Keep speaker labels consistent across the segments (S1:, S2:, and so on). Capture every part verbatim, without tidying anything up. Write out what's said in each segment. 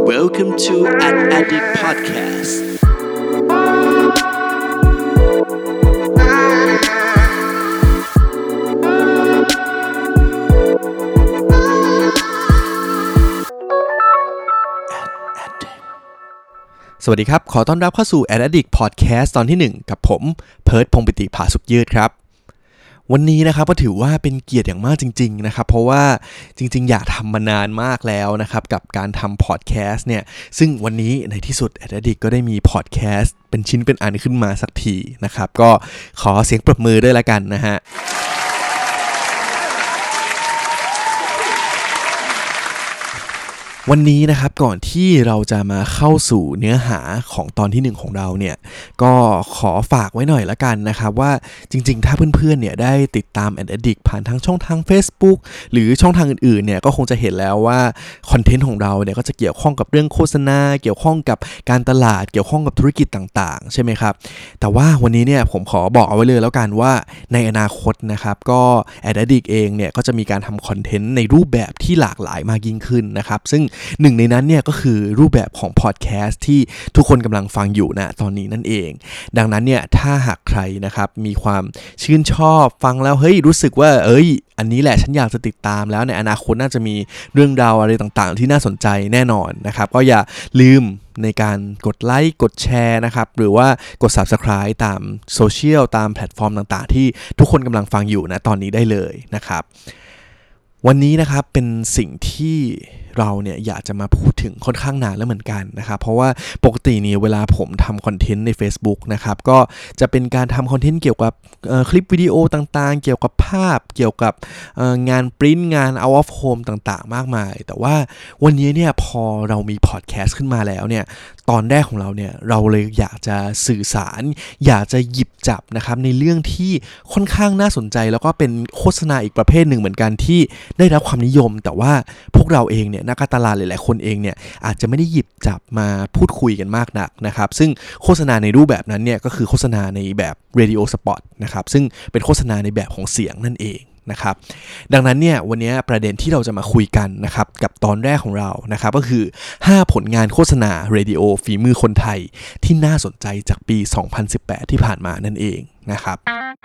S1: Welcome to Ad Addict Podcast สวัสดีครับขอต้อนรับเข้าสู่ Ad Addict Podcast ตอนที่หนึ่งกับผมเพิร์ทพงษ์ปิติผาสุขยืดครับวันนี้นะครับก็ถือว่าเป็นเกียรติอย่างมากจริงๆนะครับเพราะว่าจริงๆอยากทำมานานมากแล้วนะครับกับการทำพอดแคสต์เนี่ยซึ่งวันนี้ในที่สุด Ad Addict ก็ได้มีพอดแคสต์เป็นชิ้นเป็นอันขึ้นมาสักทีนะครับก็ขอเสียงปรบมือด้วยละกันนะฮะวันนี้นะครับก่อนที่เราจะมาเข้าสู่เนื้อหาของตอนที่หนึ่งของเราเนี่ยก็ขอฝากไว้หน่อยละกันนะครับว่าจริงๆถ้าเพื่อนๆเนี่ยได้ติดตาม Ad Addict ผ่านทางช่องทาง Facebook หรือช่องทางอื่นๆเนี่ยก็คงจะเห็นแล้วว่าคอนเทนต์ของเราเนี่ยก็จะเกี่ยวข้องกับเรื่องโฆษณาเกี่ยวข้องกับการตลาดเกี่ยวข้องกับธุรกิจต่างๆใช่ไหมครับแต่ว่าวันนี้เนี่ยผมขอบอกเอาไว้เลยแล้วกันว่าในอนาคตนะครับก็ Ad Addict เองเนี่ยก็จะมีการทำคอนเทนต์ในรูปแบบที่หลากหลายมากยิ่งขึ้นนะครับซึ่งหนึ่งในนั้นเนี่ยก็คือรูปแบบของพอดแคสต์ที่ทุกคนกำลังฟังอยู่ณตอนนี้นั่นเองดังนั้นเนี่ยถ้าหากใครนะครับมีความชื่นชอบฟังแล้วเฮ้ยรู้สึกว่าเอ้ยอันนี้แหละฉันอยากจะติดตามแล้วในอนาคตน่าจะมีเรื่องราวอะไรต่างๆที่น่าสนใจแน่นอนนะครับก็อย่าลืมในการกดไลค์กดแชร์นะครับหรือว่ากด Subscribe ตามโซเชียลตามแพลตฟอร์มต่างๆที่ทุกคนกำลังฟังอยู่ณตอนนี้ได้เลยนะครับวันนี้นะครับเป็นสิ่งที่เราเนี่ยอยากจะมาพูดถึงค่อนข้างนานแล้วเหมือนกันนะครับเพราะว่าปกตินี่เวลาผมทำคอนเทนต์ใน Facebook นะครับก็จะเป็นการทำคอนเทนต์เกี่ยวกับคลิปวิดีโอต่างๆเกี่ยวกับภาพเกี่ยวกับงานปริ้นงาน out of home ต่างๆมากมายแต่ว่าวันนี้เนี่ยพอเรามีพอดแคสต์ขึ้นมาแล้วเนี่ยตอนแรกของเราเนี่ยเราเลยอยากจะสื่อสารอยากจะหยิบจับนะครับในเรื่องที่ค่อนข้างน่าสนใจแล้วก็เป็นโฆษณาอีกประเภทหนึ่งเหมือนกันที่ได้รับความนิยมแต่ว่าพวกเราเองเนี่ยนักการตลาดหลายๆคนเองเนี่ยอาจจะไม่ได้หยิบจับมาพูดคุยกันมากนักนะครับซึ่งโฆษณาในรูปแบบนั้นเนี่ยก็คือโฆษณาในแบบ radio spot นะครับซึ่งเป็นโฆษณาในแบบของเสียงนั่นเองนะครับดังนั้นเนี่ยวันนี้ประเด็นที่เราจะมาคุยกันนะครับกับตอนแรกของเรานะครับก็คือห้าผลงานโฆษณาเรดิโอฝีมือคนไทยที่น่าสนใจจากปีสองพันสิบแปดที่ผ่านมานั่นเองนะครับ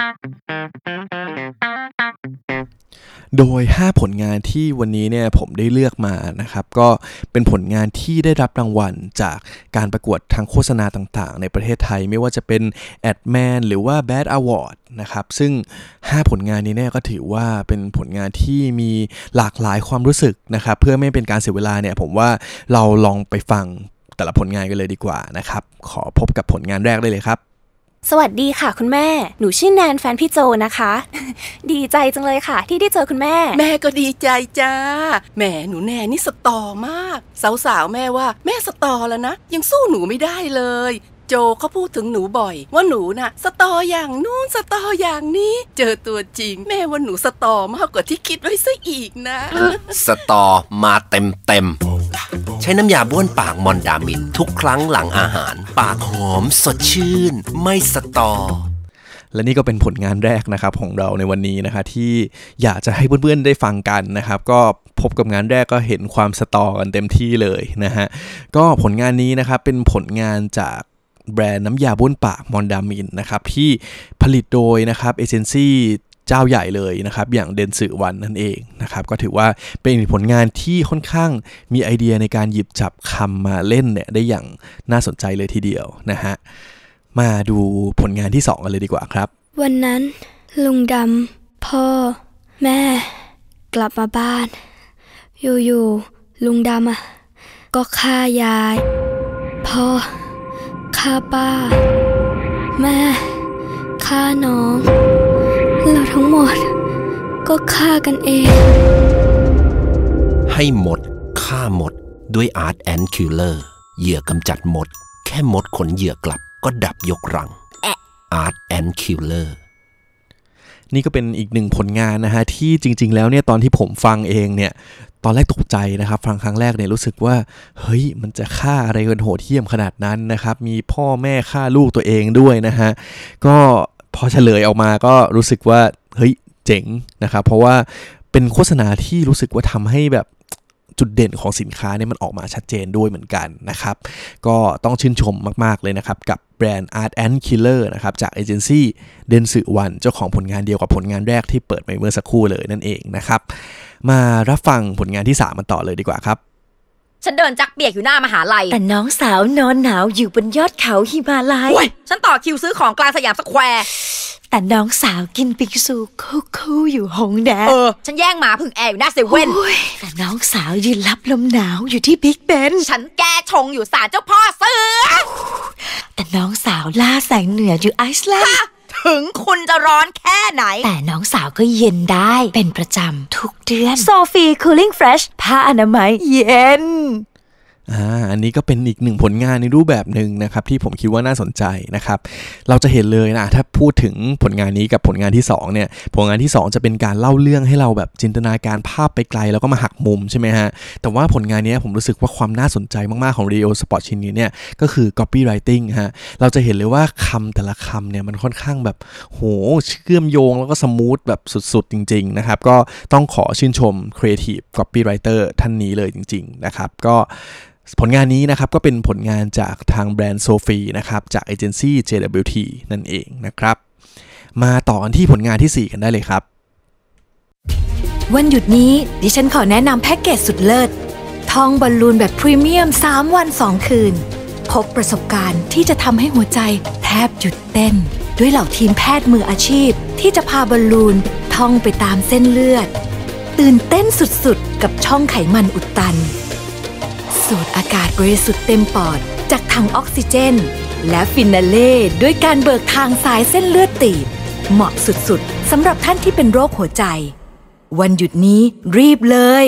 S1: โดยห้าผลงานที่วันนี้เนี่ยผมได้เลือกมานะครับก็เป็นผลงานที่ได้รับรางวัลจากการประกวดทางโฆษณาต่างๆในประเทศไทยไม่ว่าจะเป็น AdMan หรือว่า Bad Award นะครับซึ่งห้าผลงานนี้เนี่ยก็ถือว่าเป็นผลงานที่มีหลากหลายความรู้สึกนะครับเพื่อไม่เป็นการเสียเวลาเนี่ยผมว่าเราลองไปฟังแต่ละผลงานกันเลยดีกว่านะครับขอพบกับผลงานแรกได้เลยครับ
S2: สวัสดีค่ะคุณแม่หนูชื่อแนนแฟนพี่โจนะคะ ดีใจจังเลยค่ะที่ได้เจอคุณแม่
S3: แม่ก็ดีใจจ้าแม่หนูแนนนี่สตอมากสาวๆแม่ว่าแม่สตอแล้วนะยังสู้หนูไม่ได้เลยโจเขาพูดถึงหนูบ่อยว่าหนูน่ะสตออย่างนู้นสตออย่างนี้เจอตัวจริงแม่ว่าหนูสตอมากกว่าที่คิดไว้ซะอีกนะ
S4: สตอมาเต็มเต็มใช้น้ำยาบ้วนปากมอนดามินทุกครั้งหลังอาหารปากหอมสดชื่นไม่สตอ
S1: และนี่ก็เป็นผลงานแรกนะครับของเราในวันนี้นะคะที่อยากจะให้เพื่อนๆได้ฟังกันนะครับก็พบกับงานแรกก็เห็นความสตอกันเต็มที่เลยนะฮะก็ผลงานนี้นะครับเป็นผลงานจากแบรนด์น้ำยาบ้วนปากมอนดามินนะครับที่ผลิตโดยนะครับเอเจนซี่เจ้าใหญ่เลยนะครับอย่างเดนสึวันนั่นเองนะครับก็ถือว่าเป็นผลงานที่ค่อนข้างมีไอเดียในการหยิบจับคำมาเล่นเนี่ยได้อย่างน่าสนใจเลยทีเดียวนะฮะมาดูผลงานที่สองกันเลยดีกว่าครับ
S5: วันนั้นลุงดำพ่อแม่กลับมาบ้านอยู่ๆลุงดำอ่ะก็ฆ่ายายพ่อฆ่าป้าแม่ฆ่าน้องเราทั้งหมดก็ฆ่ากันเอง
S4: ให้หมดฆ่าหมดด้วย Art and Killer เหยื่อกำจัดหมดแค่หมดขนเหยื่อกลับก็ดับยกรัง Art and Killer
S1: นี่ก็เป็นอีกหนึ่งผลงานนะฮะที่จริงๆแล้วเนี่ยตอนที่ผมฟังเองเนี่ยตอนแรกตกใจนะครับฟังครั้งแรกเนี่ยรู้สึกว่าเฮ้ยมันจะฆ่าอะไรกันโหดเหี้ยมขนาดนั้นนะครับมีพ่อแม่ฆ่าลูกตัวเองด้วยนะฮะก็พอเฉลยออกมาก็รู้สึกว่าเฮ้ยเจ๋งนะครับเพราะว่าเป็นโฆษณาที่รู้สึกว่าทำให้แบบจุดเด่นของสินค้าเนี่ยมันออกมาชัดเจนด้วยเหมือนกันนะครับก็ต้องชื่นชมมากๆเลยนะครับกับแบรนด์ Art and Killer นะครับจากเอเจนซี่เดนสึวันเจ้าของผลงานเดียวกับผลงานแรกที่เปิดไปเมื่อสักครู่เลยนั่นเองนะครับมารับฟังผลงานที่สามมันต่อเลยดีกว่าครับ
S6: ฉันเดินจักเบียกอยู่หน้ามหาลัย
S7: แต่น้องสาวนอนหนาวอยู่บนยอดเขาหิมาลัย
S6: ฉันต่อคิวซื้อของกลางสยามสแควร์
S7: แต่น้องสาวกินบิงซูคู่ๆอยู่หงแดง
S6: เออฉันแย่งหมาพึ่งแอร์อยู่หน้าเซเว่น
S7: แต่น้องสาวยืนรับลมหนาวอยู่ที่บิ๊กเบน
S6: ฉันแก้ชงอยู่ศาลเจ้าพ่อเสือ
S7: แต่น้องสาวล่าแสงเหนืออยู่ไอซ์แลนด์
S6: ถึงคุณจะร้อนแค่ไหน
S7: แต่น้องสาวก็เย็นได้เป็นประจำทุกเดือนโซฟีคูลิ่งเฟรชผ้าอนามัยเย็น
S1: อ่าอันนี้ก็เป็นอีกหนึ่งผลงานในรูปแบบหนึ่งนะครับที่ผมคิดว่าน่าสนใจนะครับเราจะเห็นเลยนะถ้าพูดถึงผลงานนี้กับผลงานที่สองเนี่ยผลงานที่สองจะเป็นการเล่าเรื่องให้เราแบบจินตนาการภาพไปไกลแล้วก็มาหักมุมใช่ไหมฮะแต่ว่าผลงานนี้ผมรู้สึกว่าความน่าสนใจมากๆของ Radio Spot ชิ้นนี้เนี่ยก็คือ copywriting ฮะเราจะเห็นเลยว่าคำแต่ละคำเนี่ยมันค่อนข้างแบบโหเชื่อมโยงแล้วก็สมูทแบบสุดๆจริงๆนะครับก็ต้องขอชื่นชม Creative Copywriter ท่านนี้เลยจริงๆนะครับก็ผลงานนี้นะครับก็เป็นผลงานจากทางแบรนด์โซฟีนะครับจากเอเจนซี่ เจ ดับเบิลยู ที นั่นเองนะครับมาต่อกันที่ผลงานที่สี่กันได้เลยครับ
S7: วันหยุดนี้ดิฉันขอแนะนำแพ็กเกจสุดเลิศท่องบอลลูนแบบพรีเมียมสามวันสองคืนพบประสบการณ์ที่จะทำให้หัวใจแทบหยุดเต้นด้วยเหล่าทีมแพทย์มืออาชีพที่จะพาบอลลูนท่องไปตามเส้นเลือดตื่นเต้นสุดๆกับช่องไขมันอุดตันสูดอากาศบริสุทธิ์เต็มปอดจากถังออกซิเจนและฟินาเล่ด้วยการเบิกทางสายเส้นเลือดตีบเหมาะสุดๆสำหรับท่านที่เป็นโรคหัวใจวันหยุดนี้รีบเลย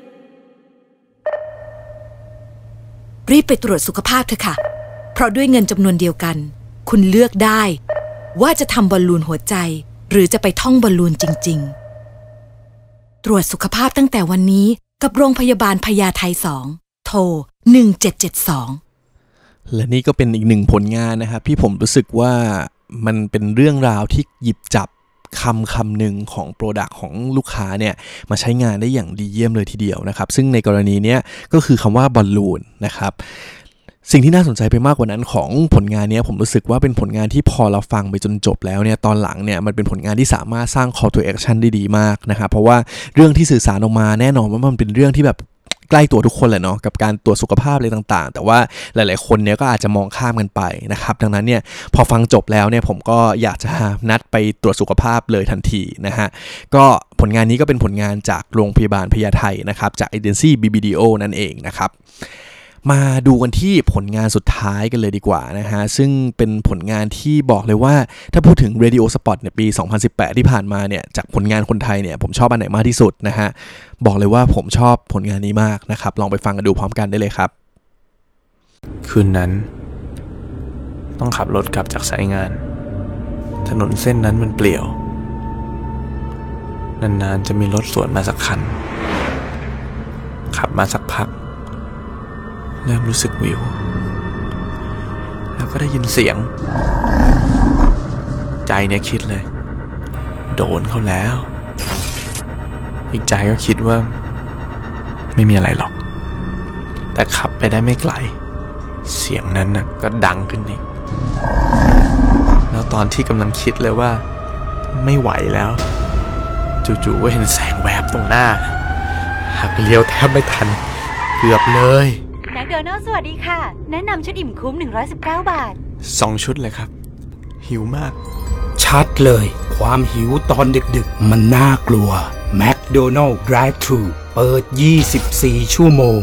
S7: รีบไปตรวจสุขภาพเถอะค่ะเพราะด้วยเงินจำนวนเดียวกันคุณเลือกได้ว่าจะทำบอลลูนหัวใจหรือจะไปท่องบอลลูนจริงๆตรวจสุขภาพตั้งแต่วันนี้กับโรงพยาบาลพญาไทสองโทรหนึ่งเจ็ดเจ็ดสอง
S1: และนี่ก็เป็นอีกหนึ่งผลงานนะครับที่ผมรู้สึกว่ามันเป็นเรื่องราวที่หยิบจับคำคำหนึ่งของโปรดักต์ของลูกค้าเนี่ยมาใช้งานได้อย่างดีเยี่ยมเลยทีเดียวนะครับซึ่งในกรณีนี้ก็คือคำว่าบอลลูนนะครับสิ่งที่น่าสนใจไปมากกว่านั้นของผลงานนี้ผมรู้สึกว่าเป็นผลงานที่พอเราฟังไปจนจบแล้วเนี่ยตอนหลังเนี่ยมันเป็นผลงานที่สามารถสร้าง call to action ได้ดีมากนะครับเพราะว่าเรื่องที่สื่อสารออกมาแน่นอนว่ามันเป็นเรื่องที่แบบใกล้ตัวทุกคนแหละเนาะกับการตรวจสุขภาพอะไรต่างๆแต่ว่าหลายๆคนเนี่ยก็อาจจะมองข้ามกันไปนะครับดังนั้นเนี่ยพอฟังจบแล้วเนี่ยผมก็อยากจะนัดไปตรวจสุขภาพเลยทันทีนะฮะก็ผลงานนี้ก็เป็นผลงานจากโรงพยาบาลพญาไทนะครับจากเอเจนซี่ บี บี ดี โอ นั่นเองนะครับมาดูกันที่ผลงานสุดท้ายกันเลยดีกว่านะฮะซึ่งเป็นผลงานที่บอกเลยว่าถ้าพูดถึง Radio Spot ในปีสองพันสิบแปดที่ผ่านมาเนี่ยจากผลงานคนไทยเนี่ยผมชอบอันไหนมากที่สุดนะฮะบอกเลยว่าผมชอบผลงานนี้มากนะครับลองไปฟังกันดูพร้อมกันได้เลยครับ
S8: คืนนั้นต้องขับรถกลับจากสายงานถนนเส้นนั้นมันเปลี่ยวนานๆจะมีรถสวนมาสักคันขับมาสักพักเริ่มรู้สึกวิวแล้วก็ได้ยินเสียงใจเนี่ยคิดเลยโดนเขาแล้วอีกใจก็คิดว่าไม่มีอะไรหรอกแต่ขับไปได้ไม่ไกลเสียงนั้นน่ะก็ดังขึ้นอีกแล้วตอนที่กำลังคิดเลยว่าไม่ไหวแล้วจู่ๆก็เห็นแสงแวบตรงหน้าหักเลี้ยวแทบไม่ทันเกือบเลย
S9: แมคโดนัลด์สวัสดีค่ะแนะนำชุดอิ่มคุ้มหนึ่งร้อยสิบเก้าบาท
S8: สองชุดเลยครับหิวมาก
S10: ชัดเลยความหิวตอนดึกๆมันน่ากลัวแมคโดนัลด์ Drive-Thru เปิดยี่สิบสี่ชั่วโมง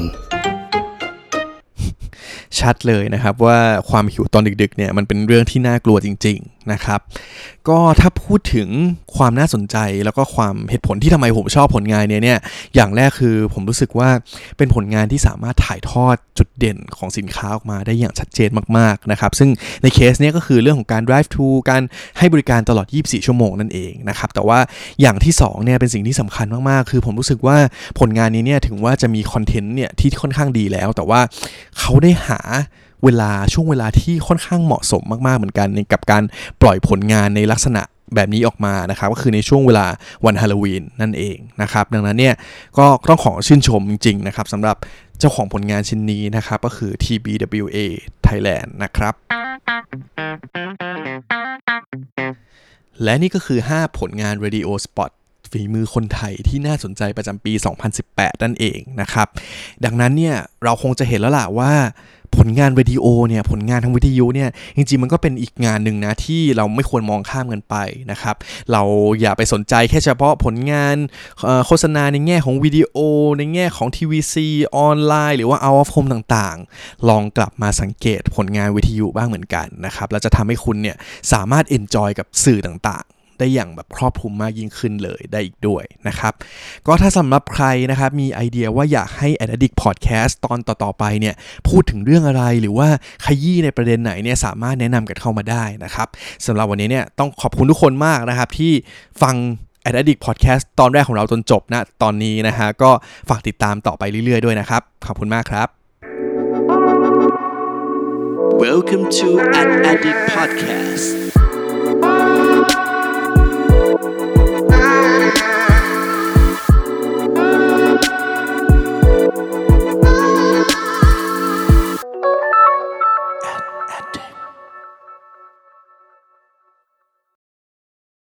S1: ชัดเลยนะครับว่าความหิวตอนดึกๆเนี่ยมันเป็นเรื่องที่น่ากลัวจริงๆนะครับก็ถ้าพูดถึงความน่าสนใจแล้วก็ความเหตุผลที่ทำไมผมชอบผลงานเนี้ยเนี่ยอย่างแรกคือผมรู้สึกว่าเป็นผลงานที่สามารถถ่ายทอดจุดเด่นของสินค้าออกมาได้อย่างชัดเจนมากๆนะครับซึ่งในเคสเนี้ยก็คือเรื่องของการ drive to การให้บริการตลอดยี่สิบสี่ชั่วโมงนั่นเองนะครับแต่ว่าอย่างที่สองเนี่ยเป็นสิ่งที่สำคัญมากๆคือผมรู้สึกว่าผลงานนี้เนี่ยถึงว่าจะมีคอนเทนต์เนี่ยที่ค่อนข้างดีแล้วแต่ว่าเขาได้หาเวลาช่วงเวลาที่ค่อนข้างเหมาะสมมากๆเหมือนกันในกับการปล่อยผลงานในลักษณะแบบนี้ออกมานะครับก็คือในช่วงเวลาวันฮาโลวีนนั่นเองนะครับดังนั้นเนี่ยก็ต้องขอชื่นชมจริงๆนะครับสำหรับเจ้าของผลงานชิ้นนี้นะครับก็คือ ที บี ดับเบิลยู เอ Thailand นะครับและนี่ก็คือห้าผลงาน Radio Spot ฝีมือคนไทยที่น่าสนใจประจำปีสองพันสิบแปดนั่นเองนะครับดังนั้นเนี่ยเราคงจะเห็นแล้วล่ะว่าผลงานวิดีโอเนี่ยผลงานทางวิทยุเนี่ยจริงๆมันก็เป็นอีกงานหนึ่งนะที่เราไม่ควรมองข้ามกันไปนะครับเราอย่าไปสนใจแค่เฉพาะผลงานโฆษณาในแง่ของวิดีโอในแง่ของทีวีซีออนไลน์หรือว่า out of home ต่างๆลองกลับมาสังเกตผลงานวิทยุบ้างเหมือนกันนะครับแล้วจะทำให้คุณเนี่ยสามารถ enjoy กับสื่อต่างๆได้อย่างแบบครอบคลุมมากยิ่งขึ้นเลยได้อีกด้วยนะครับก็ถ้าสำหรับใครนะครับมีไอเดียว่าอยากให้ Addict Podcast ตอนต่อๆไปเนี่ยพูดถึงเรื่องอะไรหรือว่าขยี้ในประเด็นไหนเนี่ยสามารถแนะนำกันเข้ามาได้นะครับสำหรับวันนี้เนี่ยต้องขอบคุณทุกคนมากนะครับที่ฟัง Addict Podcast ตอนแรกของเราจนจบนะตอนนี้นะฮะก็ฝากติดตามต่อไปเรื่อยๆด้วยนะครับขอบคุณมากครับ
S11: Welcome to Addict Podcast